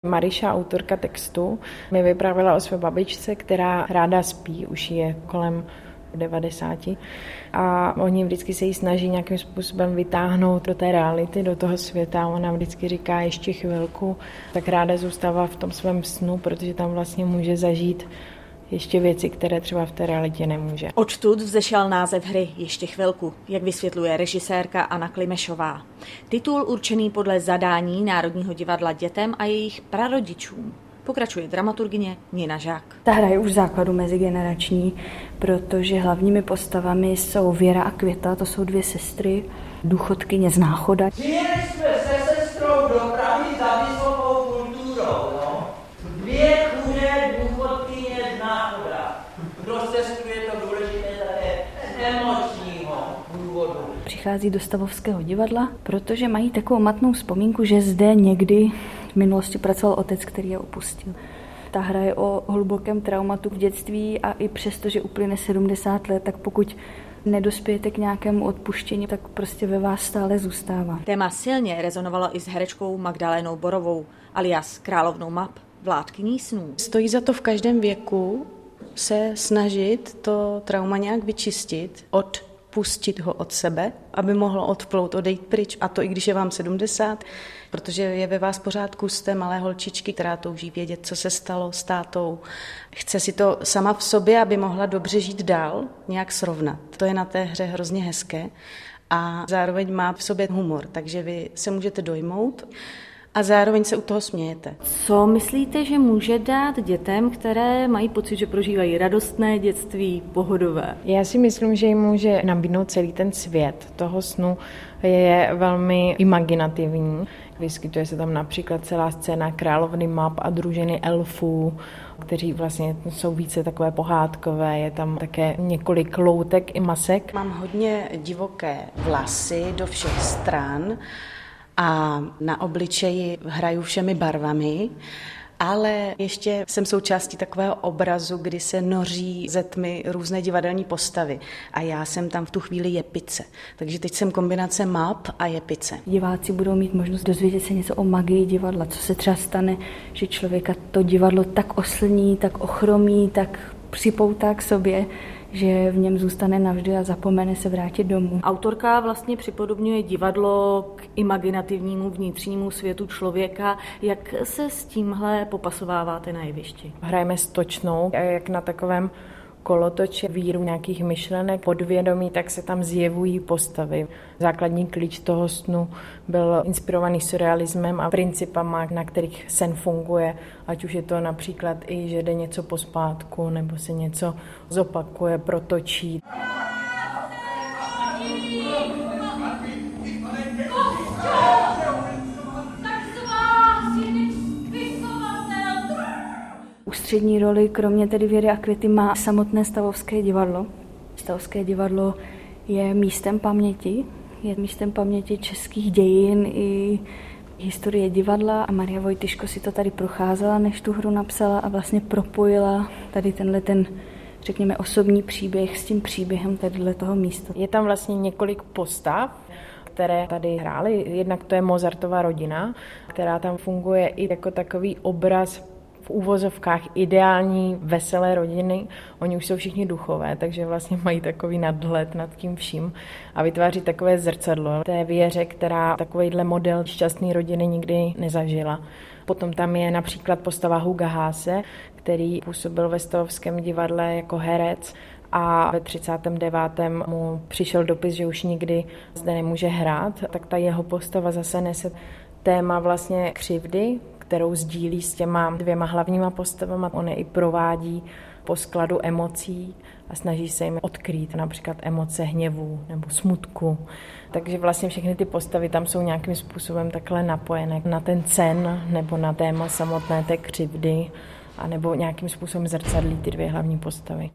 Mariša, autorka textu, mi vyprávěla o své babičce, která ráda spí, už je kolem 90. A oni vždycky se jí snaží nějakým způsobem vytáhnout do té reality, do toho světa. Ona vždycky říká ještě chvilku, tak ráda zůstává v tom svém snu, protože tam vlastně může zažít ještě věci, které třeba v té realitě nemůže. Odtud vzešel název hry Ještě chvilku, jak vysvětluje režisérka Anna Klimešová. Titul určený podle zadání Národního divadla dětem a jejich prarodičům. Pokračuje dramaturgyně Nina Žák. Ta hra je už v základu mezigenerační, protože hlavními postavami jsou Věra a Květa, to jsou dvě sestry, důchodkyně z Náchoda. Přijeli jsme se sestrou do Prahy za vysokou kulturou, no. Dvě chudé důchodkyně z Náchoda. Pro sestru je to důležité také z emočního důvodu. Přichází do Stavovského divadla, protože mají takovou matnou vzpomínku, že zde někdy v minulosti pracoval otec, který je opustil. Ta hra je o hlubokém traumatu v dětství a i přesto, že uplyne 70 let, tak pokud nedospějete k nějakému odpuštění, tak prostě ve vás stále zůstává. Téma silně rezonovalo i s herečkou Magdalénou Borovou, alias královnou map, vládkyní snů. Stojí za to v každém věku se snažit to trauma nějak vyčistit, odpustit ho od sebe, aby mohlo odplout, odejít pryč. A to i když je vám 70, protože je ve vás pořád kus té malé holčičky, která touží vědět, co se stalo s tátou. Chce si to sama v sobě, aby mohla dobře žít dál, nějak srovnat. To je na té hře hrozně hezké a zároveň má v sobě humor, takže vy se můžete dojmout a zároveň se u toho smějete. Co myslíte, že může dát dětem, které mají pocit, že prožívají radostné dětství, pohodové? Já si myslím, že jim může nabídnout celý ten svět toho snu, je velmi imaginativní. Vyskytuje se tam například celá scéna královny map a družiny elfů, kteří vlastně jsou více takové pohádkové. Je tam také několik loutek i masek. Mám hodně divoké vlasy do všech stran a na obličeji hraju všemi barvami, ale ještě jsem součástí takového obrazu, kdy se noří ze tmy různé divadelní postavy a já jsem tam v tu chvíli jepice. Takže teď jsem kombinace map a jepice. Diváci budou mít možnost dozvědět se něco o magii divadla, co se třeba stane, že člověka to divadlo tak oslní, tak ochromí, tak připoutá k sobě, že v něm zůstane navždy a zapomene se vrátit domů. Autorka vlastně připodobňuje divadlo k imaginativnímu vnitřnímu světu člověka. Jak se s tímhle popasováváte na jevišti? Hrajeme stočnou, jak na takovém kolotoči víru nějakých myšlenek podvědomí, tak se tam zjevují postavy. Základní klíč toho snu byl inspirovaný surrealismem a principama, na kterých sen funguje, ať už je to například i, že jde něco pospátku, nebo se něco zopakuje, protočí. Ústřední roli, kromě tedy Věry a Květy, má samotné Stavovské divadlo. Stavovské divadlo je místem paměti českých dějin i historie divadla a Maria Vojtyško si to tady procházela, než tu hru napsala a vlastně propojila tady ten řekněme, osobní příběh s tím příběhem tadyhletoho místa. Je tam vlastně několik postav, které tady hrály. Jednak to je Mozartova rodina, která tam funguje i jako takový obraz v úvozovkách ideální, veselé rodiny. Oni už jsou všichni duchové, takže vlastně mají takový nadhled nad tím vším a vytváří takové zrcadlo té Věře, která takovýhle model šťastné rodiny nikdy nezažila. Potom tam je například postava Huga Haase, který působil ve Stavovském divadle jako herec a ve 39. mu přišel dopis, že už nikdy zde nemůže hrát, tak ta jeho postava zase nese téma vlastně křivdy, kterou sdílí s těma dvěma hlavníma postavama. On je i provádí po skladu emocí a snaží se jim odkrýt například emoce hněvu nebo smutku. Takže vlastně všechny ty postavy tam jsou nějakým způsobem takhle napojené na ten sen nebo na téma samotné té křivdy a nebo nějakým způsobem zrcadlí ty dvě hlavní postavy.